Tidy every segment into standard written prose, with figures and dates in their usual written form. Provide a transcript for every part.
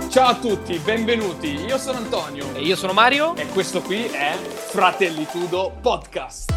Ciao a tutti, benvenuti. Io sono Antonio. E io sono Mario. E questo qui è Fratellitudo Podcast.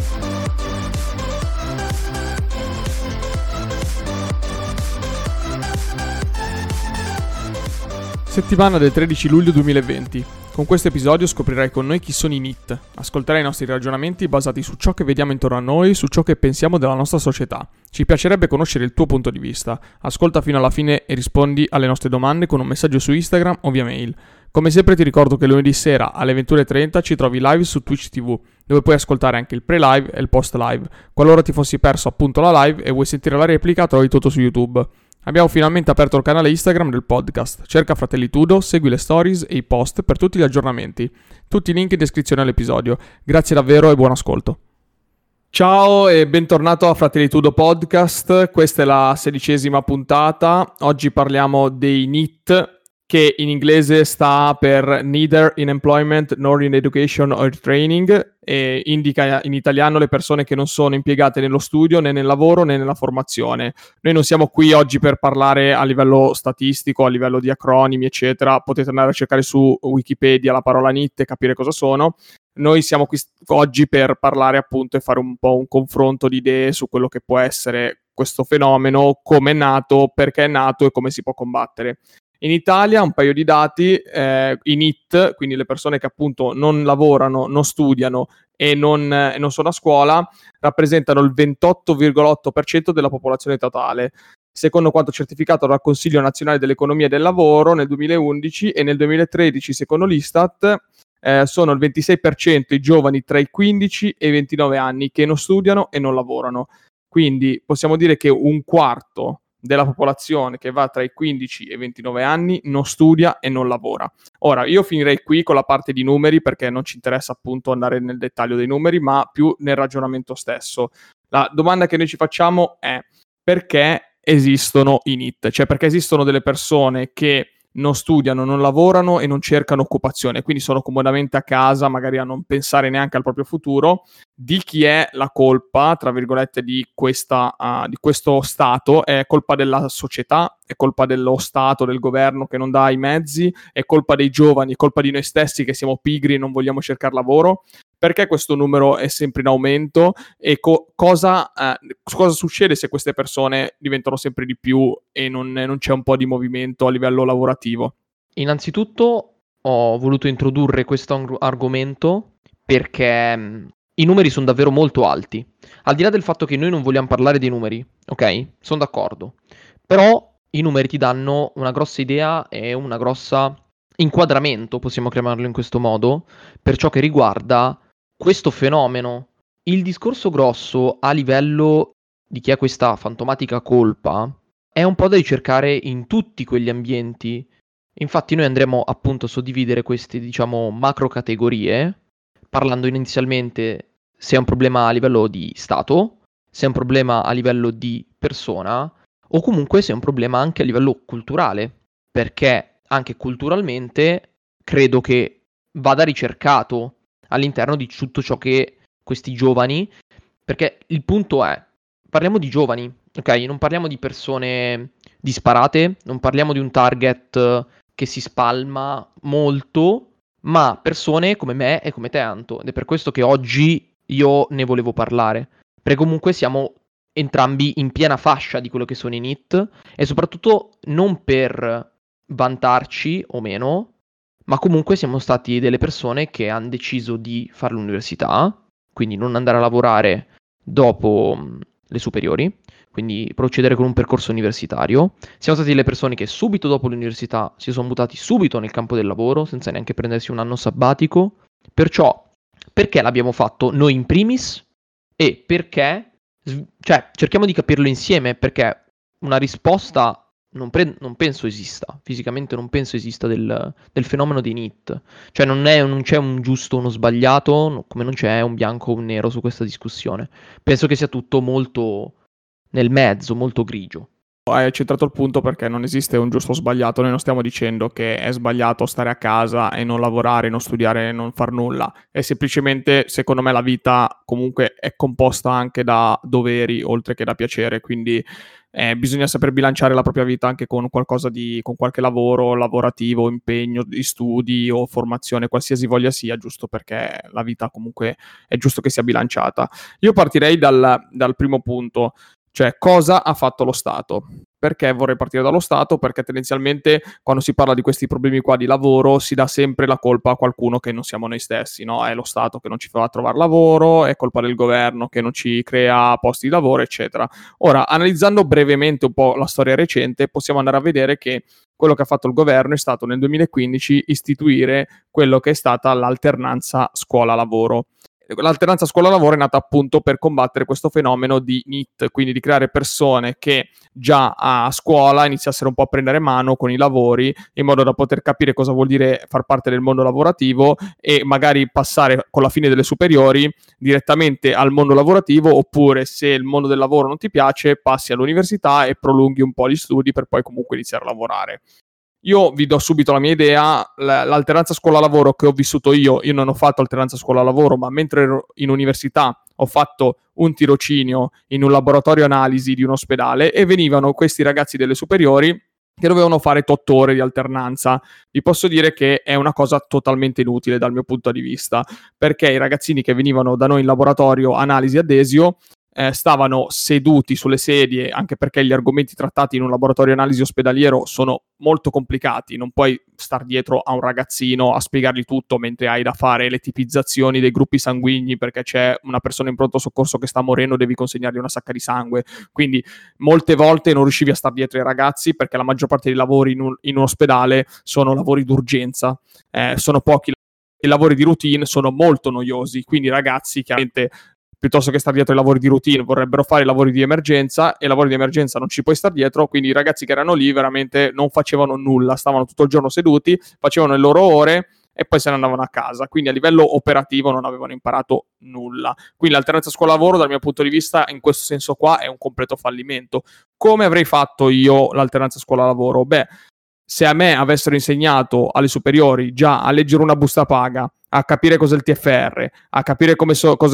Settimana del 13 luglio 2020. Con questo episodio scoprirai con noi chi sono i NEET. Ascolterai i nostri ragionamenti basati su ciò che vediamo intorno a noi, su ciò che pensiamo della nostra società. Ci piacerebbe conoscere il tuo punto di vista. Ascolta fino alla fine e rispondi alle nostre domande con un messaggio su Instagram o via mail. Come sempre ti ricordo che lunedì sera alle 21:30 ci trovi live su Twitch TV, dove puoi ascoltare anche il pre-live e il post-live. Qualora ti fossi perso appunto la live e vuoi sentire la replica, trovi tutto su YouTube. Abbiamo finalmente aperto il canale Instagram del podcast. Cerca Fratellitudo, segui le stories e i post per tutti gli aggiornamenti. Tutti i link in descrizione all'episodio. Grazie davvero e buon ascolto. Ciao e bentornato a Fratellitudo Podcast. Questa è la 16ª puntata. Oggi parliamo dei NEET, che in inglese sta per Neither in Employment nor in Education or Training, e indica in italiano le persone che non sono impiegate nello studio, né nel lavoro, né nella formazione. Noi non siamo qui oggi per parlare a livello statistico, a livello di acronimi, eccetera. Potete andare a cercare su Wikipedia la parola NEET e capire cosa sono. Noi siamo qui oggi per parlare appunto e fare un po' un confronto di idee su quello che può essere questo fenomeno, come è nato, perché è nato e come si può combattere. In Italia, un paio di dati, i NEET, quindi le persone che appunto non lavorano, non studiano e non sono a scuola, rappresentano il 28,8% della popolazione totale, secondo quanto certificato dal Consiglio Nazionale dell'Economia e del Lavoro nel 2011, e nel 2013, secondo l'Istat, sono il 26% i giovani tra i 15 e i 29 anni che non studiano e non lavorano. Quindi possiamo dire che un quarto della popolazione che va tra i 15 e i 29 anni non studia e non lavora. Ora, io finirei qui con la parte di numeri, perché non ci interessa appunto andare nel dettaglio dei numeri, ma più nel ragionamento stesso. La domanda che noi ci facciamo è: perché esistono i NEET? Cioè, perché esistono delle persone che non studiano, non lavorano e non cercano occupazione, quindi sono comodamente a casa, magari a non pensare neanche al proprio futuro. Di chi è la colpa, tra virgolette, di questo stato? È colpa della società? È colpa dello Stato, del governo che non dà i mezzi? È colpa dei giovani? È colpa di noi stessi che siamo pigri e non vogliamo cercare lavoro? Perché questo numero è sempre in aumento? E cosa succede se queste persone diventano sempre di più e non c'è un po' di movimento a livello lavorativo? Innanzitutto ho voluto introdurre questo argomento perché i numeri sono davvero molto alti. Al di là del fatto che noi non vogliamo parlare dei numeri, ok? Sono d'accordo. Però i numeri ti danno una grossa idea e una grossa inquadramento, possiamo chiamarlo in questo modo, per ciò che riguarda questo fenomeno. Il discorso grosso a livello di chi ha questa fantomatica colpa è un po' da ricercare in tutti quegli ambienti. Infatti noi andremo appunto a suddividere queste, diciamo, macro categorie, parlando inizialmente se è un problema a livello di Stato, se è un problema a livello di persona, o comunque se è un problema anche a livello culturale, perché anche culturalmente credo che vada ricercato all'interno di tutto ciò che questi giovani, perché il punto è, parliamo di giovani, ok? Non parliamo di persone disparate, non parliamo di un target che si spalma molto, ma persone come me e come te, Anto. Ed è per questo che oggi io ne volevo parlare, perché comunque siamo entrambi in piena fascia di quello che sono i NEET, e soprattutto non per vantarci o meno, ma comunque siamo stati delle persone che hanno deciso di fare l'università, quindi non andare a lavorare dopo le superiori, quindi procedere con un percorso universitario. Siamo stati le persone che subito dopo l'università si sono buttati subito nel campo del lavoro, senza neanche prendersi un anno sabbatico. Perciò, perché l'abbiamo fatto noi in primis? E perché, cioè, cerchiamo di capirlo insieme, perché una risposta non penso esista, fisicamente non penso esista del fenomeno dei NEET. Cioè non c'è un giusto o uno sbagliato, come non c'è un bianco o un nero su questa discussione. Penso che sia tutto molto nel mezzo, molto grigio. Hai centrato il punto, perché non esiste un giusto o sbagliato. Noi non stiamo dicendo che è sbagliato stare a casa e non lavorare, non studiare, non far nulla. È semplicemente, secondo me, la vita comunque è composta anche da doveri oltre che da piacere, quindi bisogna saper bilanciare la propria vita anche con con qualche lavoro lavorativo, impegno di studi o formazione, qualsiasi voglia sia, giusto perché la vita comunque è giusto che sia bilanciata. Io partirei dal primo punto, cioè cosa ha fatto lo Stato. Perché vorrei partire dallo Stato? Perché tendenzialmente quando si parla di questi problemi qua di lavoro si dà sempre la colpa a qualcuno che non siamo noi stessi, no? È lo Stato che non ci fa trovare lavoro, è colpa del governo che non ci crea posti di lavoro, eccetera. Ora, analizzando brevemente un po' la storia recente, possiamo andare a vedere che quello che ha fatto il governo è stato nel 2015 istituire quello che è stata l'alternanza scuola-lavoro. L'alternanza scuola-lavoro è nata appunto per combattere questo fenomeno di NEET, quindi di creare persone che già a scuola iniziassero un po' a prendere mano con i lavori in modo da poter capire cosa vuol dire far parte del mondo lavorativo e magari passare con la fine delle superiori direttamente al mondo lavorativo, oppure se il mondo del lavoro non ti piace passi all'università e prolunghi un po' gli studi per poi comunque iniziare a lavorare. Io vi do subito la mia idea, l'alternanza scuola-lavoro che ho vissuto io non ho fatto alternanza scuola-lavoro, ma mentre ero in università ho fatto un tirocinio in un laboratorio analisi di un ospedale e venivano questi ragazzi delle superiori che dovevano fare 8 ore di alternanza. Vi posso dire che è una cosa totalmente inutile dal mio punto di vista, perché i ragazzini che venivano da noi in laboratorio analisi ad Desio stavano seduti sulle sedie, anche perché gli argomenti trattati in un laboratorio analisi ospedaliero sono molto complicati, non puoi star dietro a un ragazzino a spiegargli tutto mentre hai da fare le tipizzazioni dei gruppi sanguigni perché c'è una persona in pronto soccorso che sta morendo, devi consegnargli una sacca di sangue, quindi molte volte non riuscivi a star dietro ai ragazzi perché la maggior parte dei lavori in un ospedale sono lavori d'urgenza, sono pochi. I lavori di routine sono molto noiosi, quindi i ragazzi chiaramente piuttosto che stare dietro ai lavori di routine vorrebbero fare i lavori di emergenza, e i lavori di emergenza non ci puoi stare dietro, quindi i ragazzi che erano lì veramente non facevano nulla, stavano tutto il giorno seduti, facevano le loro ore e poi se ne andavano a casa, quindi a livello operativo non avevano imparato nulla. Quindi l'alternanza scuola-lavoro dal mio punto di vista in questo senso qua è un completo fallimento. Come avrei fatto io l'alternanza scuola-lavoro? Beh, se a me avessero insegnato alle superiori già a leggere una busta paga, a capire cos'è il TFR, a capire come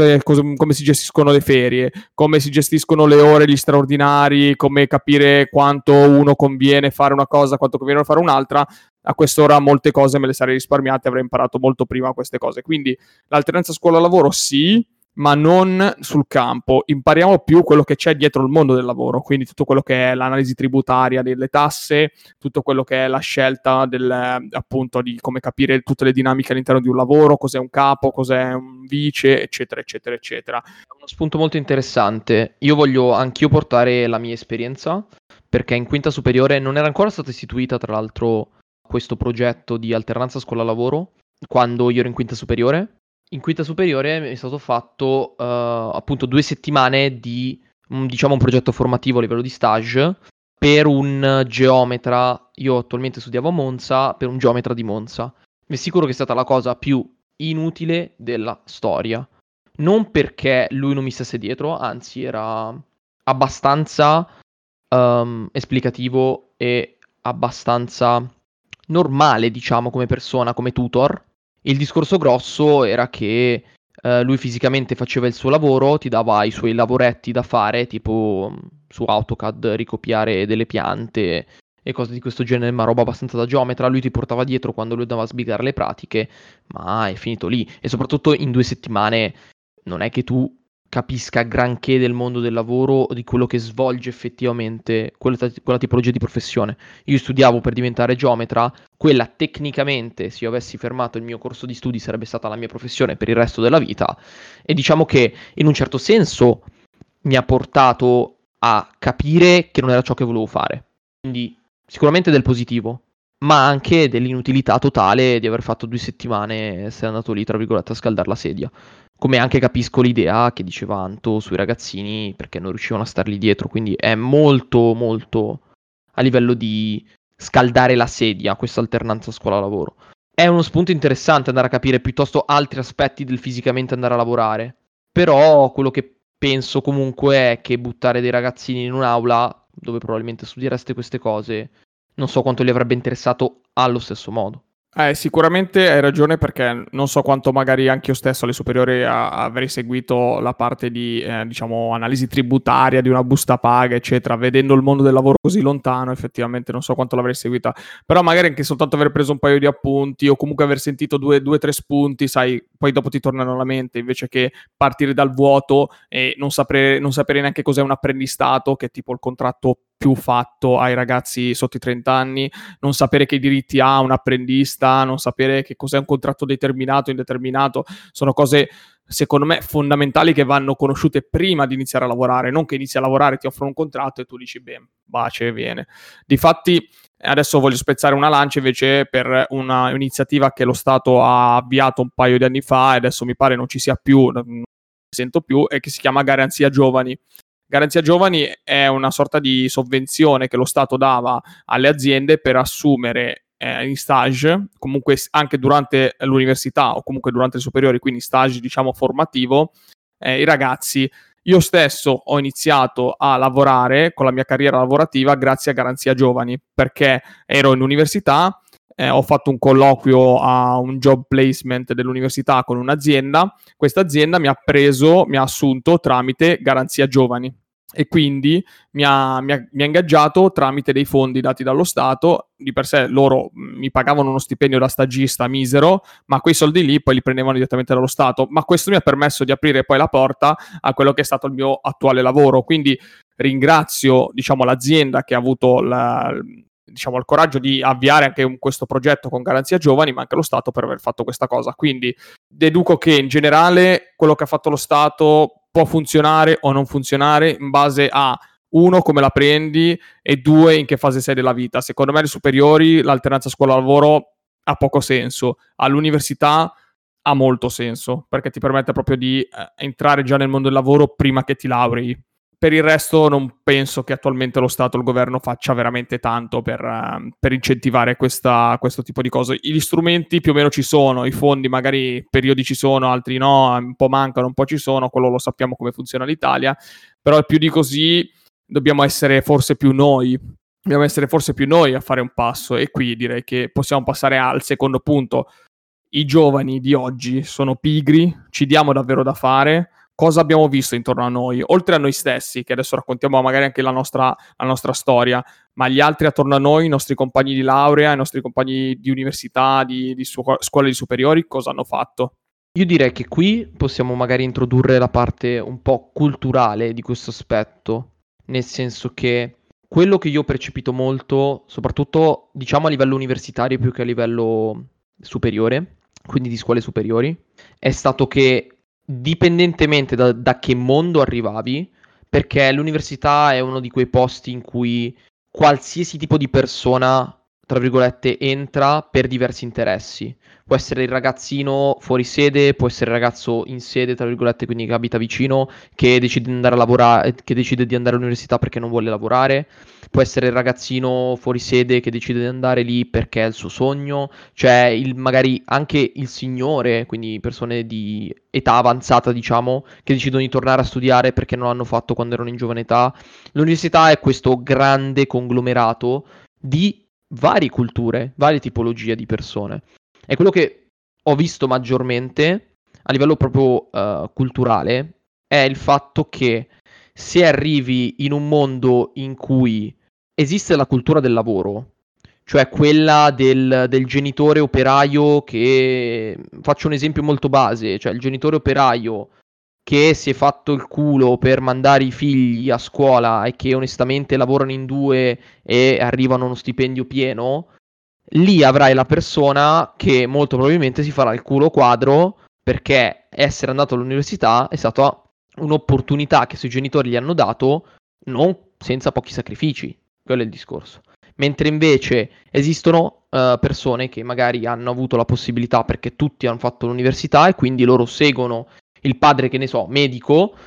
si gestiscono le ferie, come si gestiscono le ore, gli straordinari, come capire quanto uno conviene fare una cosa, quanto conviene fare un'altra, a quest'ora molte cose me le sarei risparmiate, avrei imparato molto prima queste cose. Quindi l'alternanza scuola-lavoro sì, ma non sul campo. Impariamo più quello che c'è dietro il mondo del lavoro, quindi tutto quello che è l'analisi tributaria delle tasse, tutto quello che è la scelta appunto di come capire tutte le dinamiche all'interno di un lavoro, cos'è un capo, cos'è un vice, eccetera, eccetera, eccetera. È uno spunto molto interessante. Io voglio anch'io portare la mia esperienza, perché in quinta superiore non era ancora stata istituita, tra l'altro, questo progetto di alternanza scuola-lavoro, quando io ero in quinta superiore. In quinta superiore mi è stato fatto appunto 2 settimane di, diciamo, un progetto formativo a livello di stage per un geometra. Io attualmente studiavo a Monza, per un geometra di Monza. Mi è sicuro che è stata la cosa più inutile della storia. Non perché lui non mi stesse dietro, anzi era abbastanza esplicativo e abbastanza normale, diciamo, come persona, come tutor. Il discorso grosso era che lui fisicamente faceva il suo lavoro, ti dava i suoi lavoretti da fare, tipo su AutoCAD ricopiare delle piante e cose di questo genere, ma roba abbastanza da geometra. Lui ti portava dietro quando lui andava a sbrigare le pratiche, ma è finito lì. E soprattutto in 2 settimane non è che tu capisca granché del mondo del lavoro o di quello che svolge effettivamente quella tipologia di professione. Io studiavo per diventare geometra, quella tecnicamente, se io avessi fermato il mio corso di studi, sarebbe stata la mia professione per il resto della vita, e diciamo che in un certo senso mi ha portato a capire che non era ciò che volevo fare. Quindi sicuramente del positivo, ma anche dell'inutilità totale di aver fatto 2 settimane e essere andato lì, tra virgolette, a scaldare la sedia. Come anche capisco l'idea che diceva Anto sui ragazzini, perché non riuscivano a stargli dietro, quindi è molto molto a livello di scaldare la sedia questa alternanza scuola-lavoro. È uno spunto interessante andare a capire piuttosto altri aspetti del fisicamente andare a lavorare, però quello che penso comunque è che buttare dei ragazzini in un'aula dove probabilmente studiereste queste cose, non so quanto li avrebbe interessato allo stesso modo. Sicuramente hai ragione, perché non so quanto magari anche io stesso alle superiori avrei seguito la parte di, diciamo, analisi tributaria di una busta paga, eccetera, vedendo il mondo del lavoro così lontano, effettivamente non so quanto l'avrei seguita, però magari anche soltanto aver preso un paio di appunti o comunque aver sentito due o tre spunti, sai, poi dopo ti tornano alla mente, invece che partire dal vuoto e non sapere neanche cos'è un apprendistato, che è tipo il contratto più fatto ai ragazzi sotto i 30 anni, non sapere che diritti ha un apprendista, non sapere che cos'è un contratto determinato, indeterminato, sono cose secondo me fondamentali che vanno conosciute prima di iniziare a lavorare, non che inizi a lavorare, ti offrono un contratto e tu dici beh, bace e viene. Difatti adesso voglio spezzare una lancia invece per un'iniziativa che lo Stato ha avviato un paio di anni fa e adesso mi pare non ci sia più, non sento più, e che si chiama Garanzia Giovani. Garanzia Giovani è una sorta di sovvenzione che lo Stato dava alle aziende per assumere in stage, comunque anche durante l'università o comunque durante le superiori, quindi stage diciamo formativo, i ragazzi. Io stesso ho iniziato a lavorare con la mia carriera lavorativa grazie a Garanzia Giovani, perché ero in università, ho fatto un colloquio a un job placement dell'università con un'azienda. Questa azienda mi ha assunto tramite Garanzia Giovani e quindi mi ha ingaggiato tramite dei fondi dati dallo Stato. Di per sé loro mi pagavano uno stipendio da stagista misero, ma quei soldi lì poi li prendevano direttamente dallo Stato. Ma questo mi ha permesso di aprire poi la porta a quello che è stato il mio attuale lavoro. Quindi ringrazio, diciamo, l'azienda che ha avuto il coraggio di avviare anche questo progetto con Garanzia Giovani, ma anche lo Stato per aver fatto questa cosa. Quindi deduco che in generale quello che ha fatto lo Stato può funzionare o non funzionare in base a, uno, come la prendi, e due, in che fase sei della vita. Secondo me alle superiori l'alternanza scuola-lavoro ha poco senso, all'università ha molto senso, perché ti permette proprio di entrare già nel mondo del lavoro prima che ti laurei. Per il resto non penso che attualmente lo Stato o il governo faccia veramente tanto per incentivare questo tipo di cose. Gli strumenti più o meno ci sono, i fondi magari periodi ci sono, altri no, un po' mancano, un po' ci sono, quello lo sappiamo come funziona l'Italia, però più di così dobbiamo essere forse più noi a fare un passo, e qui direi che possiamo passare al secondo punto. I giovani di oggi sono pigri, ci diamo davvero da fare. Cosa abbiamo visto intorno a noi, oltre a noi stessi, che adesso raccontiamo magari anche la nostra storia, ma gli altri attorno a noi, i nostri compagni di laurea, i nostri compagni di università, di scuole di superiori, cosa hanno fatto? Io direi che qui possiamo magari introdurre la parte un po' culturale di questo aspetto, nel senso che quello che io ho percepito molto, soprattutto diciamo a livello universitario più che a livello superiore, quindi di scuole superiori, è stato che dipendentemente da che mondo arrivavi, perché l'università è uno di quei posti in cui qualsiasi tipo di persona, tra virgolette, entra per diversi interessi. Può essere il ragazzino fuori sede, può essere il ragazzo in sede, tra virgolette, quindi che abita vicino, che decide di andare a lavorare, che decide di andare all'università perché non vuole lavorare. Può essere il ragazzino fuori sede che decide di andare lì perché è il suo sogno. Cioè, magari anche il signore, quindi persone di età avanzata, diciamo, che decidono di tornare a studiare perché non l'hanno fatto quando erano in giovane età. L'università è questo grande conglomerato di varie culture, varie tipologie di persone. È quello che ho visto maggiormente a livello proprio culturale, è il fatto che se arrivi in un mondo in cui esiste la cultura del lavoro, cioè quella del genitore operaio che... Faccio un esempio molto base, cioè il genitore operaio che si è fatto il culo per mandare i figli a scuola e che onestamente lavorano in due e arrivano a uno stipendio pieno, lì avrai la persona che molto probabilmente si farà il culo quadro perché essere andato all'università è stata un'opportunità che i suoi genitori gli hanno dato, non senza pochi sacrifici. Quello è il discorso. Mentre invece esistono persone che magari hanno avuto la possibilità perché tutti hanno fatto l'università e quindi loro seguono il padre, che ne so, medico,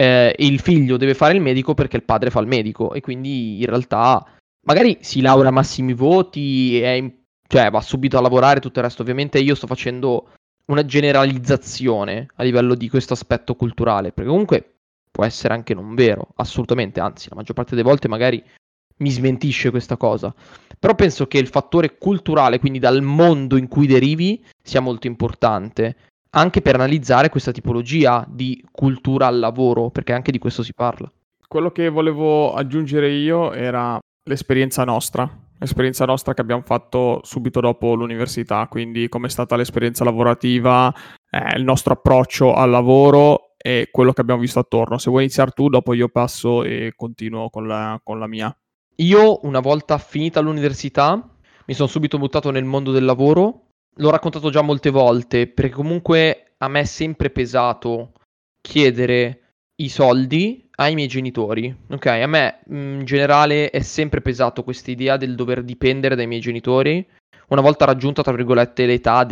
il figlio deve fare il medico perché il padre fa il medico e quindi in realtà magari si laurea a massimi voti, cioè va subito a lavorare, tutto il resto. Ovviamente io sto facendo una generalizzazione a livello di questo aspetto culturale, perché comunque può essere anche non vero, assolutamente, anzi la maggior parte delle volte magari mi smentisce questa cosa. Però penso che il fattore culturale, quindi dal mondo in cui derivi, sia molto importante, anche per analizzare questa tipologia di cultura al lavoro, perché anche di questo si parla. Quello che volevo aggiungere io era l'esperienza nostra che abbiamo fatto subito dopo l'università, quindi com'è stata l'esperienza lavorativa, il nostro approccio al lavoro e quello che abbiamo visto attorno. Se vuoi iniziare tu, dopo io passo e continuo con la mia. Io, una volta finita l'università, mi sono subito buttato nel mondo del lavoro. L'ho raccontato già molte volte, perché comunque a me è sempre pesato chiedere i soldi ai miei genitori. Ok, a me in generale è sempre pesato questa idea del dover dipendere dai miei genitori. Una volta raggiunta, tra virgolette, l'età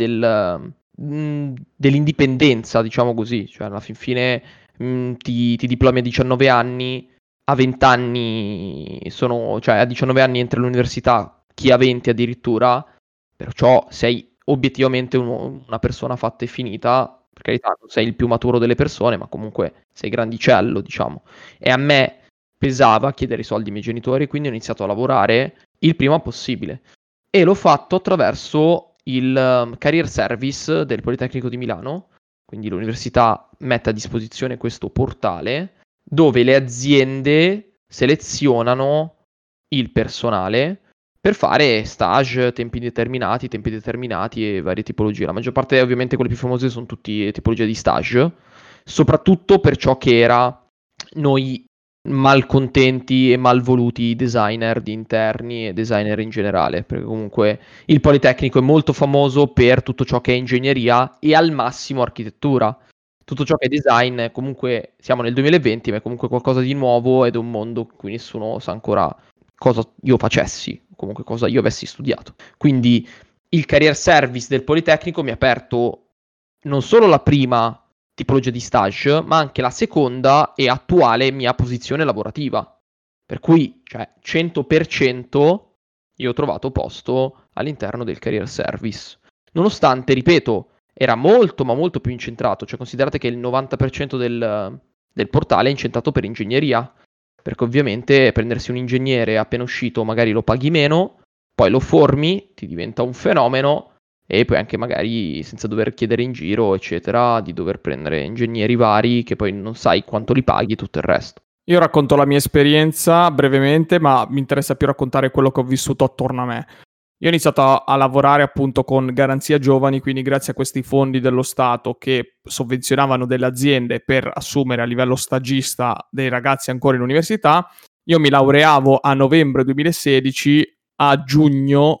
dell'indipendenza, diciamo così. Cioè, alla fin fine ti diplomi a 19 anni, a 20 anni cioè a 19 anni entri all'università, chi ha 20 addirittura, perciò sei obiettivamente una persona fatta e finita. Per carità, non sei il più maturo delle persone, ma comunque sei grandicello, diciamo. E a me pesava chiedere i soldi ai miei genitori, quindi ho iniziato a lavorare il prima possibile. E l'ho fatto attraverso il Career Service del Politecnico di Milano, quindi l'università mette a disposizione questo portale dove le aziende selezionano il personale per fare stage, tempi determinati e varie tipologie. La maggior parte, ovviamente, quelle più famose sono tutte tipologie di stage, soprattutto per ciò che era noi malcontenti e malvoluti designer di interni e designer in generale, perché comunque il Politecnico è molto famoso per tutto ciò che è ingegneria e al massimo architettura. Tutto ciò che è design, comunque siamo nel 2020, ma è comunque qualcosa di nuovo ed è un mondo in cui nessuno sa ancora cosa io facessi, comunque cosa io avessi studiato. Quindi il career service del Politecnico mi ha aperto non solo la prima tipologia di stage, ma anche la seconda e attuale mia posizione lavorativa. Per cui, cioè, 100% io ho trovato posto all'interno del career service. Nonostante, ripeto, era molto ma molto più incentrato, cioè considerate che il 90% del portale è incentrato per ingegneria, perché ovviamente prendersi un ingegnere appena uscito magari lo paghi meno, poi lo formi, ti diventa un fenomeno e poi anche magari senza dover chiedere in giro, eccetera, di dover prendere ingegneri vari che poi non sai quanto li paghi e tutto il resto. Io racconto la mia esperienza brevemente, ma mi interessa più raccontare quello che ho vissuto attorno a me. Io ho iniziato a lavorare appunto con Garanzia Giovani, quindi grazie a questi fondi dello Stato che sovvenzionavano delle aziende per assumere a livello stagista dei ragazzi ancora in università. Io mi laureavo a novembre 2016, a giugno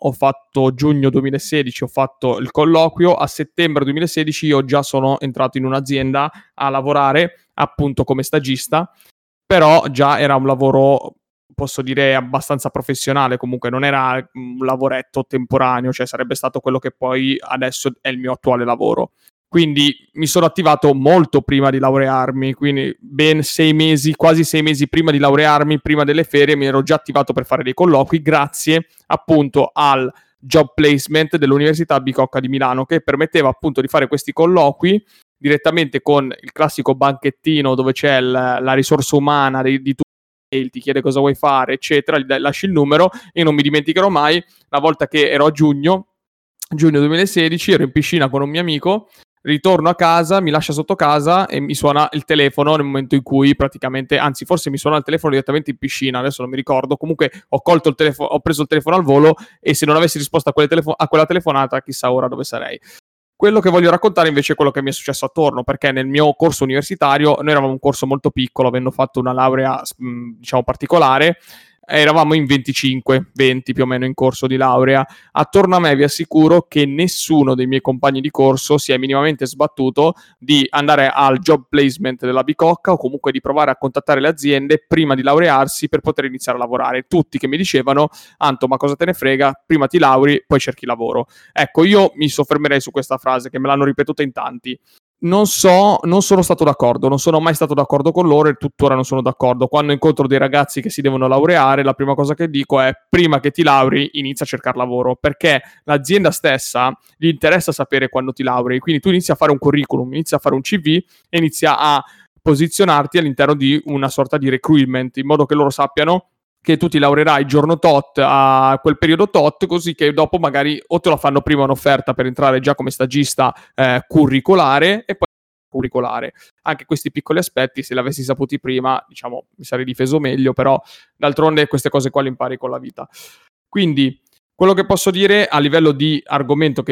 2016 ho fatto il colloquio, a settembre 2016 io già sono entrato in un'azienda a lavorare appunto come stagista, però già era un lavoro, posso dire, abbastanza professionale, comunque non era un lavoretto temporaneo, cioè sarebbe stato quello che poi adesso è il mio attuale lavoro. Quindi mi sono attivato molto prima di laurearmi, quindi ben 6 mesi, quasi 6 mesi prima di laurearmi, prima delle ferie, mi ero già attivato per fare dei colloqui grazie appunto al job placement dell'Università Bicocca di Milano, che permetteva appunto di fare questi colloqui direttamente con il classico banchettino dove c'è la risorsa umana di tu, ti chiede cosa vuoi fare, eccetera, gli lasci il numero. Io non mi dimenticherò mai, la volta che ero a giugno 2016, ero in piscina con un mio amico, ritorno a casa, mi lascia sotto casa e mi suona il telefono nel momento in cui praticamente, anzi forse mi suona il telefono direttamente in piscina, adesso non mi ricordo, comunque ho colto il telefono, ho preso il telefono al volo e se non avessi risposto a quella telefonata chissà ora dove sarei. Quello che voglio raccontare invece è quello che mi è successo attorno, perché nel mio corso universitario, noi eravamo un corso molto piccolo, avendo fatto una laurea, diciamo, particolare, eravamo in 25, 20 più o meno in corso di laurea. Attorno a me vi assicuro che nessuno dei miei compagni di corso si è minimamente sbattuto di andare al job placement della Bicocca o comunque di provare a contattare le aziende prima di laurearsi per poter iniziare a lavorare. Tutti che mi dicevano: Anto, ma cosa te ne frega, prima ti lauri, poi cerchi lavoro. Ecco, io mi soffermerei su questa frase che me l'hanno ripetuta in tanti. Non sono stato d'accordo, non sono mai stato d'accordo con loro e tuttora non sono d'accordo. Quando incontro dei ragazzi che si devono laureare, la prima cosa che dico è: prima che ti lauri inizia a cercare lavoro, perché l'azienda stessa gli interessa sapere quando ti laurei, quindi tu inizi a fare un curriculum, inizi a fare un CV e inizia a posizionarti all'interno di una sorta di recruitment, in modo che loro sappiano che tu ti laureerai giorno tot a quel periodo tot, così che dopo magari o te la fanno prima un'offerta per entrare già come stagista curricolare e poi curricolare. Anche questi piccoli aspetti, se li avessi saputi prima, diciamo, mi sarei difeso meglio, però d'altronde queste cose qua le impari con la vita. Quindi quello che posso dire a livello di argomento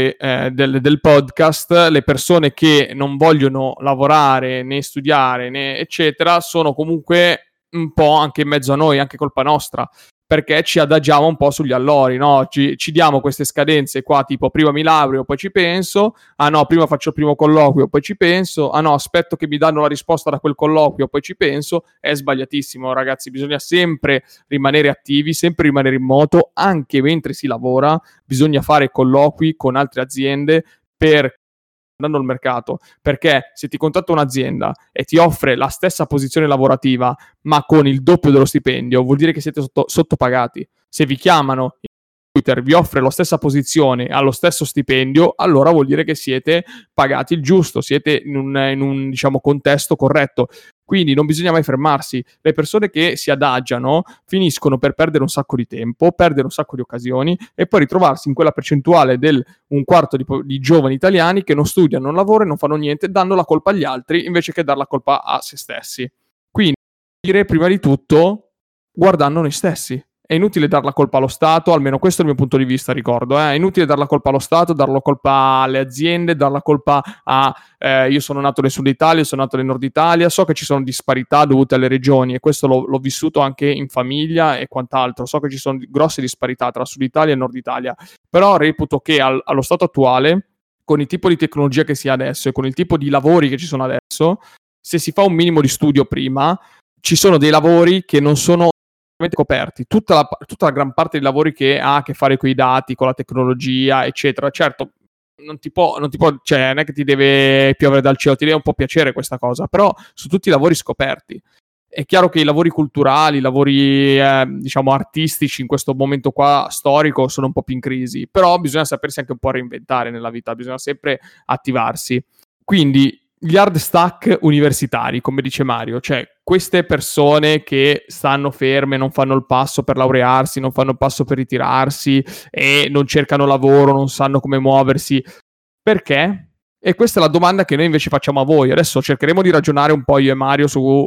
del podcast, le persone che non vogliono lavorare né studiare né eccetera sono comunque un po' anche in mezzo a noi, anche colpa nostra, perché ci adagiamo un po' sugli allori, no? Ci diamo queste scadenze qua, tipo prima mi laureo, poi ci penso, ah no, prima faccio il primo colloquio, poi ci penso, ah no, aspetto che mi danno la risposta da quel colloquio, poi ci penso. È sbagliatissimo, ragazzi, bisogna sempre rimanere attivi, sempre rimanere in moto, anche mentre si lavora, bisogna fare colloqui con altre aziende per andando al mercato, perché se ti contatta un'azienda e ti offre la stessa posizione lavorativa ma con il doppio dello stipendio, vuol dire che siete sottopagati. Se vi chiamano Twitter, vi offre la stessa posizione allo stesso stipendio, allora vuol dire che siete pagati il giusto, siete in un diciamo contesto corretto. Quindi non bisogna mai fermarsi. Le persone che si adagiano finiscono per perdere un sacco di tempo, perdere un sacco di occasioni e poi ritrovarsi in quella percentuale del 1/4 di giovani italiani che non studiano, non lavorano e non fanno niente, danno la colpa agli altri invece che dar la colpa a se stessi. Quindi dire prima di tutto guardando noi stessi. È inutile dar la colpa allo Stato, almeno questo è il mio punto di vista, ricordo. È inutile dar la colpa allo Stato, dar la colpa alle aziende, dar la colpa a... io sono nato nel sud Italia, sono nato nel nord Italia, so che ci sono disparità dovute alle regioni e questo l'ho vissuto anche in famiglia e quant'altro. So che ci sono grosse disparità tra sud Italia e nord Italia, però reputo che allo stato attuale, con il tipo di tecnologia che si ha adesso e con il tipo di lavori che ci sono adesso, se si fa un minimo di studio prima, ci sono dei lavori che non sono coperti, tutta la gran parte dei lavori che ha a che fare con i dati, con la tecnologia, eccetera. Certo, non ti può, cioè non è che ti deve piovere dal cielo, ti deve un po' piacere questa cosa, però su tutti i lavori scoperti. È chiaro che i lavori culturali, i lavori diciamo artistici in questo momento qua storico sono un po' più in crisi, però bisogna sapersi anche un po' reinventare nella vita, bisogna sempre attivarsi. Quindi gli hard stack universitari, come dice Mario, cioè queste persone che stanno ferme, non fanno il passo per laurearsi, non fanno il passo per ritirarsi e non cercano lavoro, non sanno come muoversi, perché? E questa è la domanda che noi invece facciamo a voi. Adesso cercheremo di ragionare un po' io e Mario su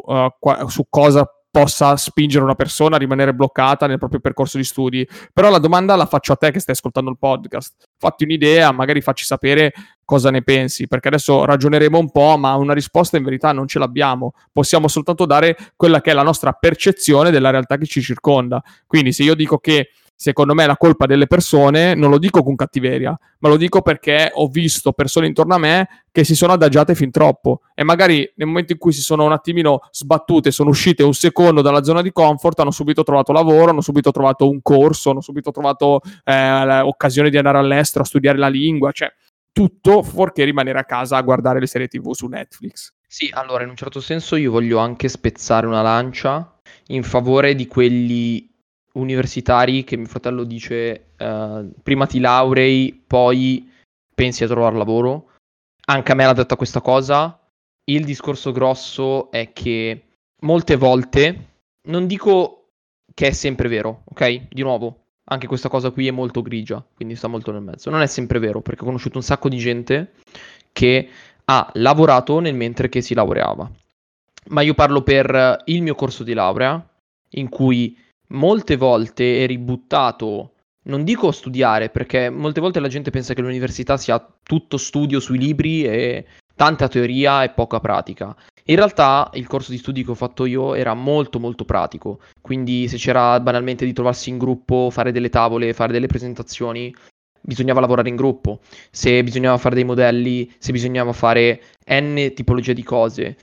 cosa possa spingere una persona a rimanere bloccata nel proprio percorso di studi. Però la domanda la faccio a te che stai ascoltando il podcast. Fatti un'idea, magari facci sapere cosa ne pensi, perché adesso ragioneremo un po', ma una risposta in verità non ce l'abbiamo. Possiamo soltanto dare quella che è la nostra percezione della realtà che ci circonda. Quindi se io dico che secondo me è la colpa delle persone, non lo dico con cattiveria, ma lo dico perché ho visto persone intorno a me che si sono adagiate fin troppo e magari nel momento in cui si sono un attimino sbattute, sono uscite un secondo dalla zona di comfort, hanno subito trovato lavoro, hanno subito trovato un corso, hanno subito trovato l'occasione di andare all'estero a studiare la lingua, cioè tutto fuorché rimanere a casa a guardare le serie TV su Netflix. Sì, allora in un certo senso io voglio anche spezzare una lancia in favore di quelli universitari che mio fratello dice prima ti laurei, poi pensi a trovare lavoro. Anche a me l'ha detta questa cosa. Il discorso grosso è che molte volte, non dico che è sempre vero, ok? Di nuovo, anche questa cosa qui è molto grigia, quindi sta molto nel mezzo. Non è sempre vero, perché ho conosciuto un sacco di gente che ha lavorato nel mentre che si laureava. Ma io parlo per il mio corso di laurea, in cui molte volte eri buttato, non dico a studiare, perché molte volte la gente pensa che l'università sia tutto studio sui libri e tanta teoria e poca pratica. In realtà il corso di studi che ho fatto io era molto molto pratico, quindi se c'era banalmente di trovarsi in gruppo, fare delle tavole, fare delle presentazioni, bisognava lavorare in gruppo, se bisognava fare dei modelli, se bisognava fare n tipologie di cose.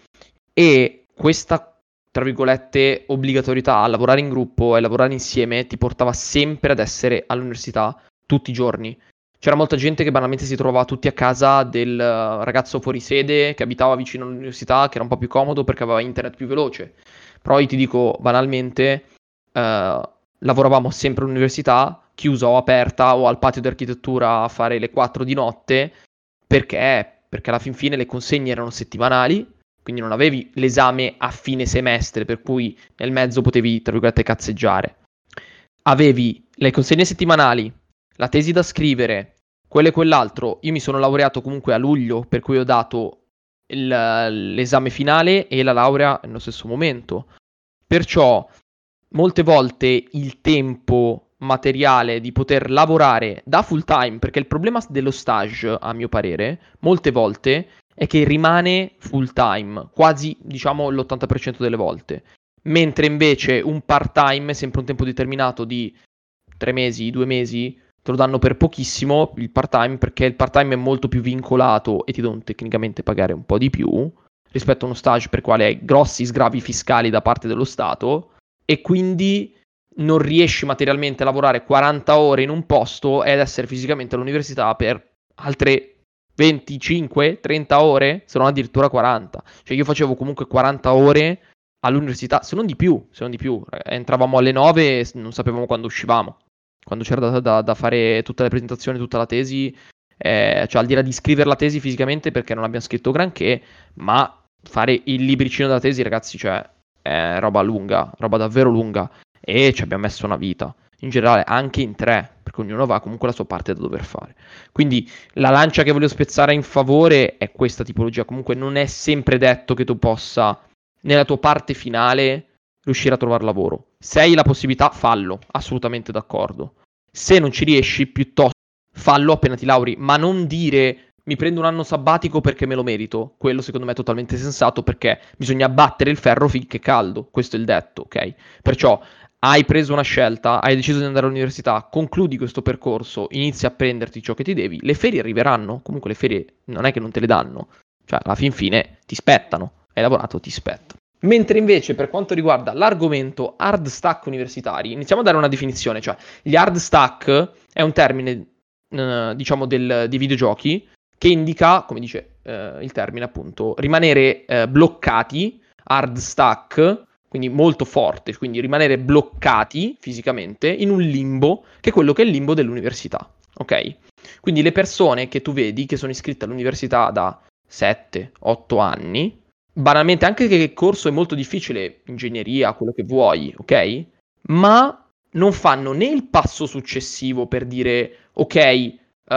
E questa, tra virgolette, obbligatorietà a lavorare in gruppo e lavorare insieme ti portava sempre ad essere all'università tutti i giorni. C'era molta gente che banalmente si trovava tutti a casa del ragazzo fuori sede che abitava vicino all'università, che era un po' più comodo perché aveva internet più veloce. Però io ti dico banalmente, lavoravamo sempre all'università, chiusa o aperta, o al patio di architettura a fare le 4 di notte, perché alla fin fine le consegne erano settimanali, quindi non avevi l'esame a fine semestre, per cui nel mezzo potevi, tra virgolette, cazzeggiare. avevi le consegne settimanali, la tesi da scrivere, quello e quell'altro. Io mi sono laureato comunque a luglio, per cui ho dato l'esame finale e la laurea nello stesso momento. Perciò molte volte il tempo materiale di poter lavorare da full time, perché il problema dello stage, a mio parere, molte volte è che rimane full time, quasi diciamo l'80% delle volte, mentre invece un part time è sempre un tempo determinato di 3 mesi, 2 mesi, te lo danno per pochissimo il part time, perché il part time è molto più vincolato e ti devono tecnicamente pagare un po' di più rispetto a uno stage per quale hai grossi sgravi fiscali da parte dello Stato e quindi non riesci materialmente a lavorare 40 ore in un posto ed essere fisicamente all'università per altre 25-30 ore, se non addirittura 40. Cioè io facevo comunque 40 ore all'università, se non di più. Entravamo alle 9 e non sapevamo quando uscivamo. Quando c'era da fare tutte le presentazioni, tutta la tesi, cioè al di là di scrivere la tesi fisicamente perché non abbiamo scritto granché, ma fare il libricino della tesi, ragazzi, cioè è roba lunga, roba davvero lunga e ci abbiamo messo una vita. In generale, anche in 3, perché ognuno va comunque la sua parte da dover fare. Quindi la lancia che voglio spezzare in favore è questa tipologia. Comunque non è sempre detto che tu possa, nella tua parte finale, riuscire a trovare lavoro. Se hai la possibilità, fallo, assolutamente d'accordo. Se non ci riesci, piuttosto fallo appena ti lauri, ma non dire mi prendo un anno sabbatico perché me lo merito. Quello secondo me è totalmente sensato perché bisogna battere il ferro finché è caldo. Questo è il detto, ok? Perciò hai preso una scelta, hai deciso di andare all'università, concludi questo percorso, inizi a prenderti ciò che ti devi, le ferie arriveranno. Comunque le ferie non è che non te le danno, cioè alla fin fine ti spettano. Hai lavorato, ti spetta. Mentre invece per quanto riguarda l'argomento hard stack universitari, iniziamo a dare una definizione, cioè gli hard stack è un termine, diciamo, dei videogiochi che indica, come dice il termine appunto, rimanere bloccati, hard stack, quindi molto forte, quindi rimanere bloccati fisicamente in un limbo, che è quello che è il limbo dell'università, ok? Quindi le persone che tu vedi che sono iscritte all'università da 7-8 anni, banalmente anche che il corso è molto difficile, ingegneria, quello che vuoi, ok? Ma non fanno né il passo successivo per dire ok,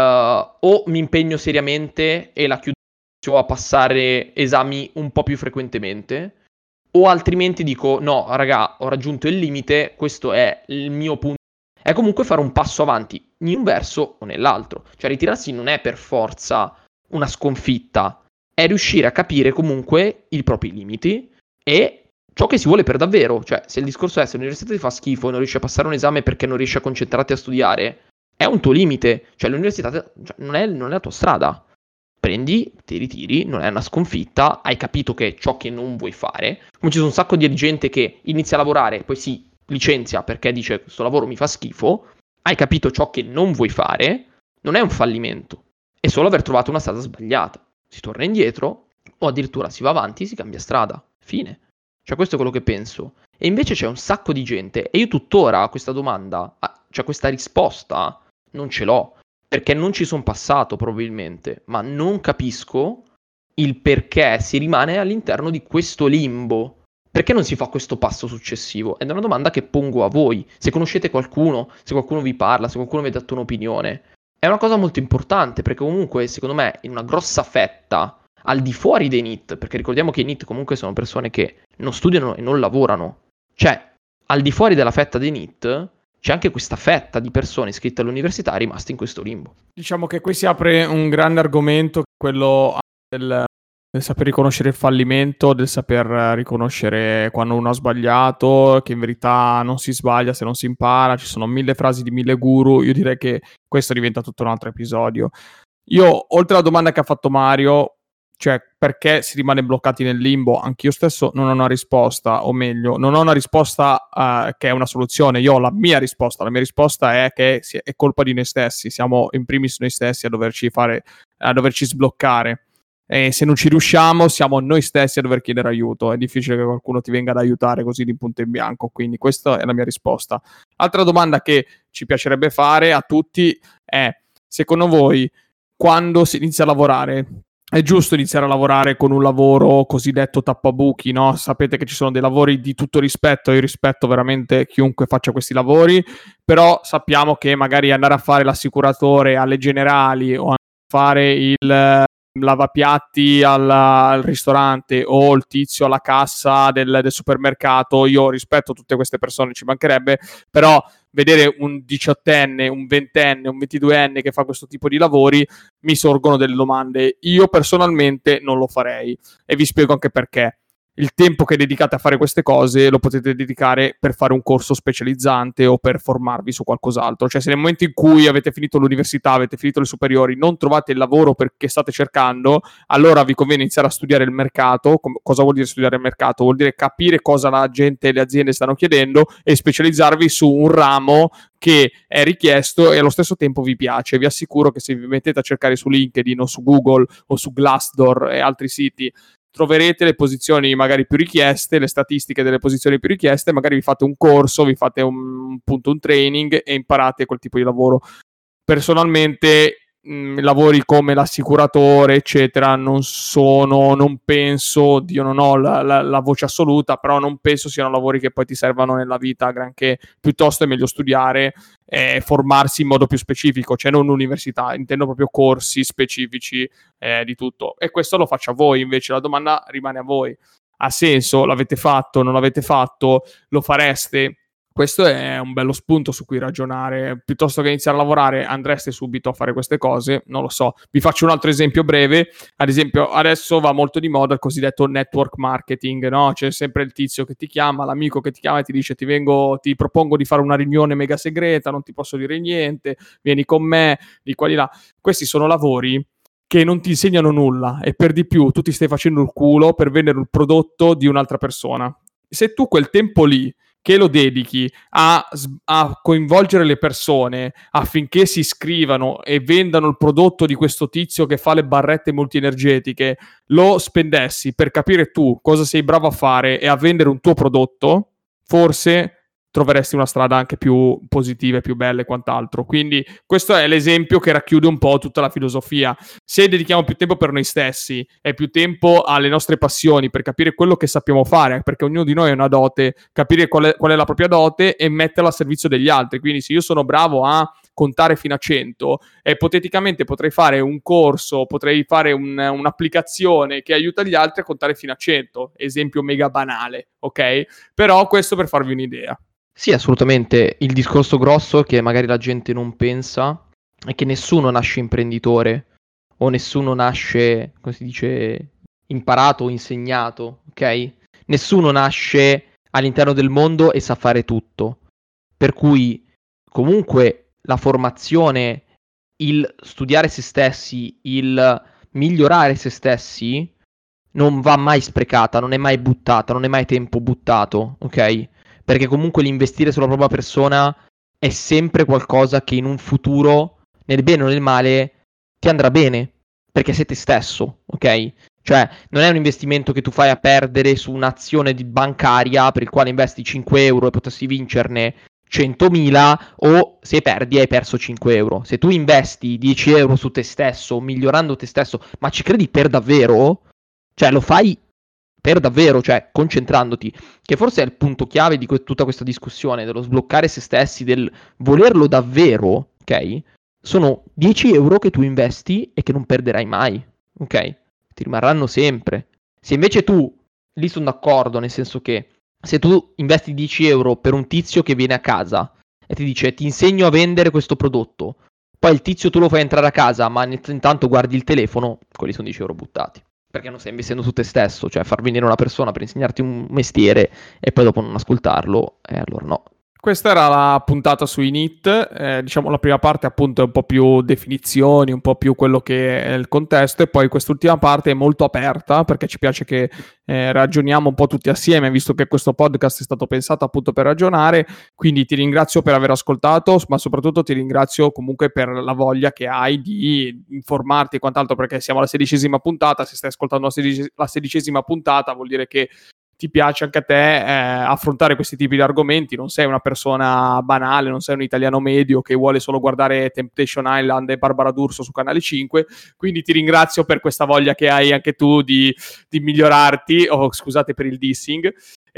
o mi impegno seriamente e la chiudo a passare esami un po' più frequentemente, o altrimenti dico no, raga, ho raggiunto il limite, questo è il mio punto. È comunque fare un passo avanti in un verso o nell'altro. Cioè ritirarsi non è per forza una sconfitta, è riuscire a capire comunque i propri limiti e ciò che si vuole per davvero. Cioè se il discorso è se l'università ti fa schifo e non riesci a passare un esame perché non riesci a concentrarti a studiare, è un tuo limite. Cioè l'università non è la tua strada. Prendi, ti ritiri, non è una sconfitta, hai capito che è ciò che non vuoi fare. Come ci sono un sacco di gente che inizia a lavorare, poi si licenzia perché dice questo lavoro mi fa schifo, hai capito ciò che non vuoi fare, non è un fallimento, è solo aver trovato una strada sbagliata. Si torna indietro o addirittura si va avanti, si cambia strada. Fine. Cioè questo è quello che penso. E invece c'è un sacco di gente, e io tuttora a questa domanda, cioè questa risposta, non ce l'ho. Perché non ci sono passato probabilmente, ma non capisco il perché si rimane all'interno di questo limbo. Perché non si fa questo passo successivo? Ed è una domanda che pongo a voi. Se conoscete qualcuno, se qualcuno vi parla, se qualcuno vi ha dato un'opinione. È una cosa molto importante perché comunque, secondo me, in una grossa fetta, al di fuori dei NEET, perché ricordiamo che i NEET comunque sono persone che non studiano e non lavorano. Cioè, al di fuori della fetta dei NEET, c'è anche questa fetta di persone iscritte all'università rimaste in questo limbo. Diciamo che qui si apre un grande argomento, quello del saper riconoscere il fallimento, del saper riconoscere quando uno ha sbagliato, che in verità non si sbaglia se non si impara, ci sono 1000 frasi di 1000 guru, io direi che questo diventa tutto un altro episodio. Io, oltre alla domanda che ha fatto Mario, cioè perché si rimane bloccati nel limbo, anch'io stesso non ho una risposta, o meglio, non ho una risposta che è una soluzione, io ho la mia risposta è che è colpa di noi stessi, siamo in primis noi stessi a doverci sbloccare, e se non ci riusciamo siamo noi stessi a dover chiedere aiuto, è difficile che qualcuno ti venga ad aiutare così di punto in bianco, quindi questa è la mia risposta. Altra domanda che ci piacerebbe fare a tutti è, secondo voi, quando si inizia a lavorare, è giusto iniziare a lavorare con un lavoro cosiddetto tappabuchi, no? Sapete che ci sono dei lavori di tutto rispetto, io rispetto veramente chiunque faccia questi lavori, però sappiamo che magari andare a fare l'assicuratore alle Generali o a fare il lavapiatti al ristorante o il tizio alla cassa del supermercato, io rispetto tutte queste persone, ci mancherebbe, però vedere un 18enne, un 20enne, un 22enne che fa questo tipo di lavori, mi sorgono delle domande. Io personalmente non lo farei e vi spiego anche perché. Il tempo che dedicate a fare queste cose lo potete dedicare per fare un corso specializzante o per formarvi su qualcos'altro. Cioè, se nel momento in cui avete finito l'università, avete finito le superiori, non trovate il lavoro perché state cercando, allora vi conviene iniziare a studiare il mercato. Cosa vuol dire studiare il mercato? Vuol dire capire cosa la gente e le aziende stanno chiedendo e specializzarvi su un ramo che è richiesto e allo stesso tempo vi piace. Vi assicuro che se vi mettete a cercare su LinkedIn o su Google o su Glassdoor e altri siti, troverete le posizioni magari più richieste, le statistiche delle posizioni più richieste, magari vi fate un corso, vi fate un training e imparate quel tipo di lavoro. Personalmente lavori come l'assicuratore eccetera non penso, Dio, non ho la voce assoluta, però non penso siano lavori che poi ti servano nella vita granché. Piuttosto è meglio studiare e formarsi in modo più specifico, cioè non università, intendo proprio corsi specifici di tutto, e questo lo faccio a voi. Invece la domanda rimane a voi: ha senso? L'avete fatto? Non l'avete fatto? Lo fareste? Questo è un bello spunto su cui ragionare. Piuttosto che iniziare a lavorare, andreste subito a fare queste cose? Non lo so. Vi faccio un altro esempio breve. Ad esempio, adesso va molto di moda il cosiddetto network marketing, no? C'è sempre il tizio che ti chiama, l'amico che ti chiama e ti dice: ti propongo di fare una riunione mega segreta, non ti posso dire niente, vieni con me, di qua di là. Questi sono lavori che non ti insegnano nulla e per di più tu ti stai facendo il culo per vendere il prodotto di un'altra persona. Se tu quel tempo lì che lo dedichi a coinvolgere le persone affinché si iscrivano e vendano il prodotto di questo tizio che fa le barrette multienergetiche, lo spendessi per capire tu cosa sei bravo a fare e a vendere un tuo prodotto, forse troveresti una strada anche più positiva e più bella e quant'altro. Quindi questo è l'esempio che racchiude un po' tutta la filosofia. Se dedichiamo più tempo per noi stessi e più tempo alle nostre passioni, per capire quello che sappiamo fare, perché ognuno di noi ha una dote, capire qual è la propria dote e metterla al servizio degli altri. Quindi se io sono bravo a contare fino a 100 e ipoteticamente potrei fare un corso, potrei fare un'applicazione che aiuta gli altri a contare fino a 100, esempio mega banale, ok? Però questo per farvi un'idea. Sì, assolutamente. Il discorso grosso che magari la gente non pensa è che nessuno nasce imprenditore o nessuno nasce, come si dice, imparato o insegnato, ok? Nessuno nasce all'interno del mondo e sa fare tutto. Per cui comunque la formazione, il studiare se stessi, il migliorare se stessi non va mai sprecata, non è mai buttata, non è mai tempo buttato, ok? Perché comunque l'investire sulla propria persona è sempre qualcosa che in un futuro, nel bene o nel male, ti andrà bene, perché sei te stesso, ok? Cioè, non è un investimento che tu fai a perdere su un'azione bancaria per il quale investi 5 euro e potresti vincerne 100.000, o se perdi hai perso 5 euro. Se tu investi 10 euro su te stesso, migliorando te stesso, ma ci credi per davvero? Cioè, lo fai per davvero, cioè concentrandoti, che forse è il punto chiave di tutta questa discussione, dello sbloccare se stessi, del volerlo davvero, ok? Sono 10 euro che tu investi e che non perderai mai, ok? Ti rimarranno sempre. Se invece tu, lì sono d'accordo, nel senso che se tu investi 10 euro per un tizio che viene a casa e ti dice ti insegno a vendere questo prodotto, poi il tizio tu lo fai entrare a casa, ma intanto guardi il telefono, quelli sono 10 euro buttati. Perché non stai investendo su te stesso, cioè far venire una persona per insegnarti un mestiere e poi dopo non ascoltarlo, allora no. Questa era la puntata sui NEET, diciamo la prima parte appunto è un po' più definizioni, un po' più quello che è il contesto, e poi quest'ultima parte è molto aperta perché ci piace che ragioniamo un po' tutti assieme, visto che questo podcast è stato pensato appunto per ragionare. Quindi ti ringrazio per aver ascoltato, ma soprattutto ti ringrazio comunque per la voglia che hai di informarti e quant'altro, perché siamo alla 16ª puntata. Se stai ascoltando la 16ª puntata vuol dire che ti piace anche a te affrontare questi tipi di argomenti, non sei una persona banale, non sei un italiano medio che vuole solo guardare Temptation Island e Barbara D'Urso su Canale 5, quindi ti ringrazio per questa voglia che hai anche tu di migliorarti, scusate per il dissing.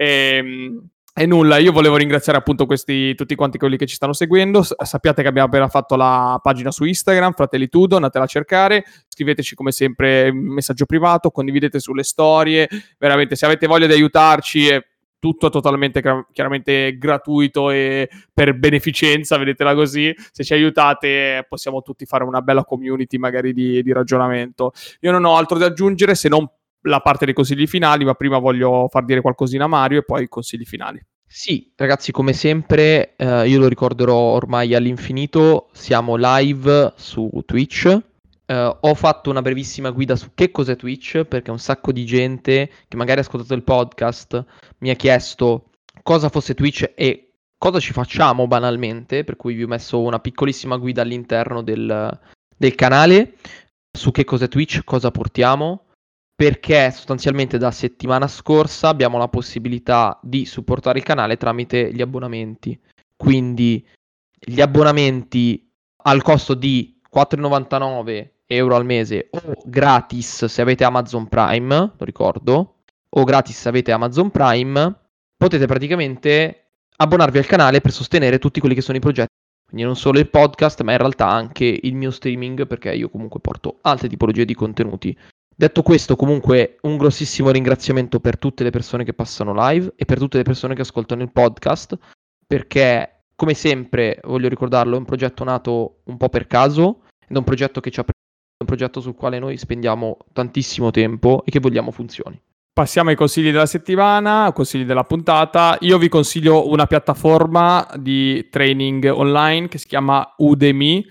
E nulla, io volevo ringraziare appunto tutti quanti quelli che ci stanno seguendo. Sappiate che abbiamo appena fatto la pagina su Instagram, Fratellitudo, andatela a cercare, scriveteci come sempre un messaggio privato, condividete sulle storie, veramente se avete voglia di aiutarci è tutto totalmente chiaramente gratuito e per beneficenza, vedetela così, se ci aiutate possiamo tutti fare una bella community magari di ragionamento. Io non ho altro da aggiungere se non la parte dei consigli finali, ma prima voglio far dire qualcosina a Mario e poi i consigli finali. Sì, ragazzi, come sempre, io lo ricorderò ormai all'infinito, siamo live su Twitch. Ho fatto una brevissima guida su che cos'è Twitch, perché un sacco di gente che magari ha ascoltato il podcast mi ha chiesto cosa fosse Twitch e cosa ci facciamo banalmente, per cui vi ho messo una piccolissima guida all'interno del canale su che cos'è Twitch, cosa portiamo, perché sostanzialmente da settimana scorsa abbiamo la possibilità di supportare il canale tramite gli abbonamenti. Quindi gli abbonamenti al costo di 4,99 euro al mese o gratis se avete Amazon Prime, lo ricordo, o gratis se avete Amazon Prime, potete praticamente abbonarvi al canale per sostenere tutti quelli che sono i progetti. Quindi non solo il podcast, ma in realtà anche il mio streaming, perché io comunque porto altre tipologie di contenuti. Detto questo, comunque, un grossissimo ringraziamento per tutte le persone che passano live e per tutte le persone che ascoltano il podcast, perché, come sempre, voglio ricordarlo, è un progetto nato un po' per caso, ed è un progetto che ci ha preso, un progetto sul quale noi spendiamo tantissimo tempo e che vogliamo funzioni. Passiamo ai consigli della settimana, consigli della puntata. Io vi consiglio una piattaforma di training online che si chiama Udemy,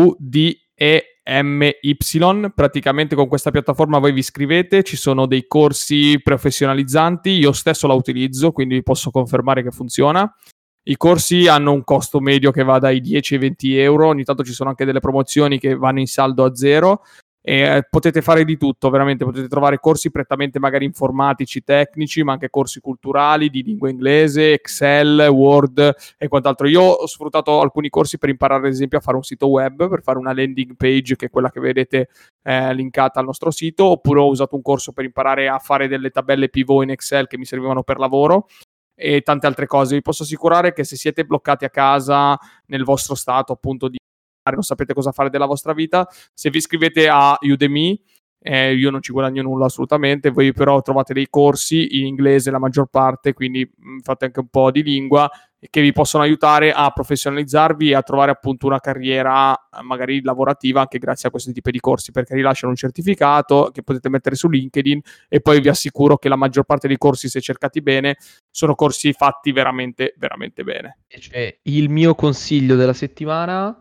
UDEMY. Praticamente con questa piattaforma voi vi iscrivete, ci sono dei corsi professionalizzanti, io stesso la utilizzo, quindi vi posso confermare che funziona. I corsi hanno un costo medio che va dai 10 ai 20 euro, ogni tanto ci sono anche delle promozioni che vanno in saldo a zero. E potete fare di tutto, veramente potete trovare corsi prettamente magari informatici, tecnici, ma anche corsi culturali di lingua inglese, Excel, Word e quant'altro. Io ho sfruttato alcuni corsi per imparare ad esempio a fare un sito web, per fare una landing page che è quella che vedete linkata al nostro sito, oppure ho usato un corso per imparare a fare delle tabelle pivot in Excel che mi servivano per lavoro e tante altre cose. Vi posso assicurare che se siete bloccati a casa nel vostro stato appunto di non sapete cosa fare della vostra vita, se vi iscrivete a Udemy, io non ci guadagno nulla assolutamente, voi però trovate dei corsi in inglese la maggior parte, quindi fate anche un po' di lingua che vi possono aiutare a professionalizzarvi e a trovare appunto una carriera magari lavorativa anche grazie a questo tipo di corsi, perché rilasciano un certificato che potete mettere su LinkedIn e poi vi assicuro che la maggior parte dei corsi, se cercati bene, sono corsi fatti veramente veramente bene. Invece, il mio consiglio della settimana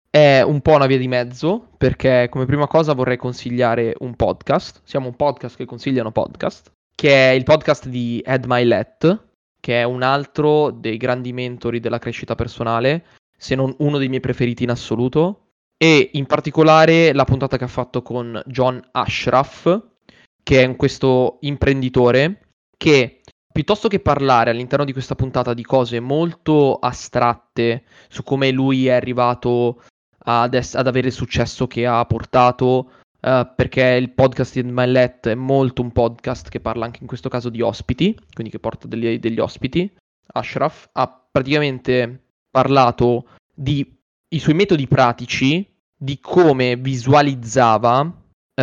è un po' una via di mezzo, perché come prima cosa vorrei consigliare un podcast. Siamo un podcast che consigliano podcast, che è il podcast di Ed Mylett, che è un altro dei grandi mentori della crescita personale, se non uno dei miei preferiti in assoluto, e in particolare la puntata che ha fatto con John Ashraf, che è questo imprenditore che, piuttosto che parlare all'interno di questa puntata di cose molto astratte su come lui è arrivato ad avere il successo che ha portato, perché il podcast di Mylett è molto un podcast che parla anche in questo caso di ospiti, quindi che porta degli ospiti. Ashraf ha praticamente parlato di i suoi metodi pratici, di come visualizzava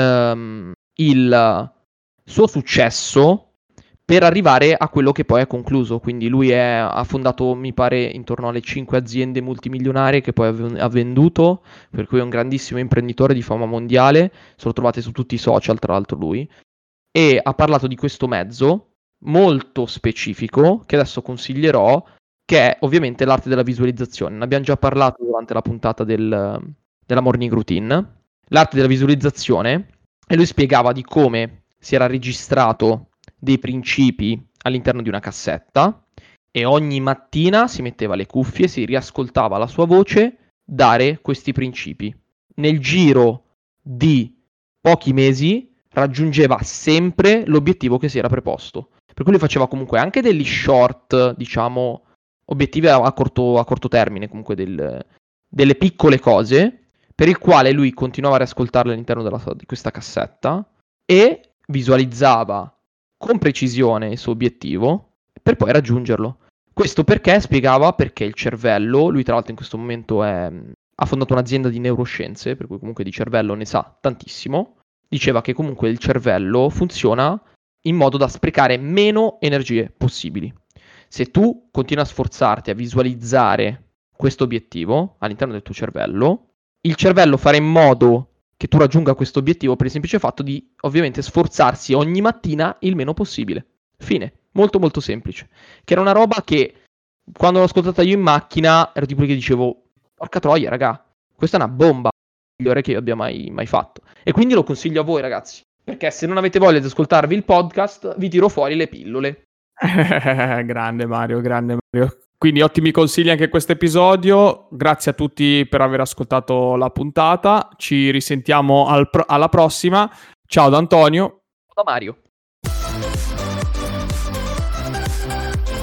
il suo successo per arrivare a quello che poi è concluso. Quindi lui ha fondato, mi pare, intorno alle 5 aziende multimilionarie che poi ha venduto, per cui è un grandissimo imprenditore di fama mondiale, se lo trovate su tutti i social tra l'altro lui, e ha parlato di questo mezzo molto specifico che adesso consiglierò, che è ovviamente l'arte della visualizzazione. Ne abbiamo già parlato durante la puntata della morning routine, l'arte della visualizzazione, e lui spiegava di come si era registrato dei principi all'interno di una cassetta e ogni mattina si metteva le cuffie, si riascoltava la sua voce dare questi principi. Nel giro di pochi mesi raggiungeva sempre l'obiettivo che si era preposto, per cui lui faceva comunque anche degli short, diciamo, obiettivi a corto termine, comunque delle piccole cose, per il quale lui continuava a riascoltarle all'interno di questa cassetta e visualizzava con precisione il suo obiettivo per poi raggiungerlo. Questo perché spiegava perché il cervello, lui tra l'altro in questo momento ha fondato un'azienda di neuroscienze, per cui comunque di cervello ne sa tantissimo, diceva che comunque il cervello funziona in modo da sprecare meno energie possibili. Se tu continui a sforzarti a visualizzare questo obiettivo all'interno del tuo cervello, il cervello farà in modo che tu raggiunga questo obiettivo per il semplice fatto di, ovviamente, sforzarsi ogni mattina il meno possibile. Fine. Molto molto semplice. Che era una roba che, quando l'ho ascoltata io in macchina, ero tipo che dicevo, porca troia, raga, questa è una bomba, migliore che io abbia mai fatto. E quindi lo consiglio a voi, ragazzi, perché se non avete voglia di ascoltarvi il podcast, vi tiro fuori le pillole. Grande Mario, grande Mario. Quindi ottimi consigli anche questo episodio. Grazie a tutti per aver ascoltato la puntata. Ci risentiamo alla prossima. Ciao da Antonio. Da Mario.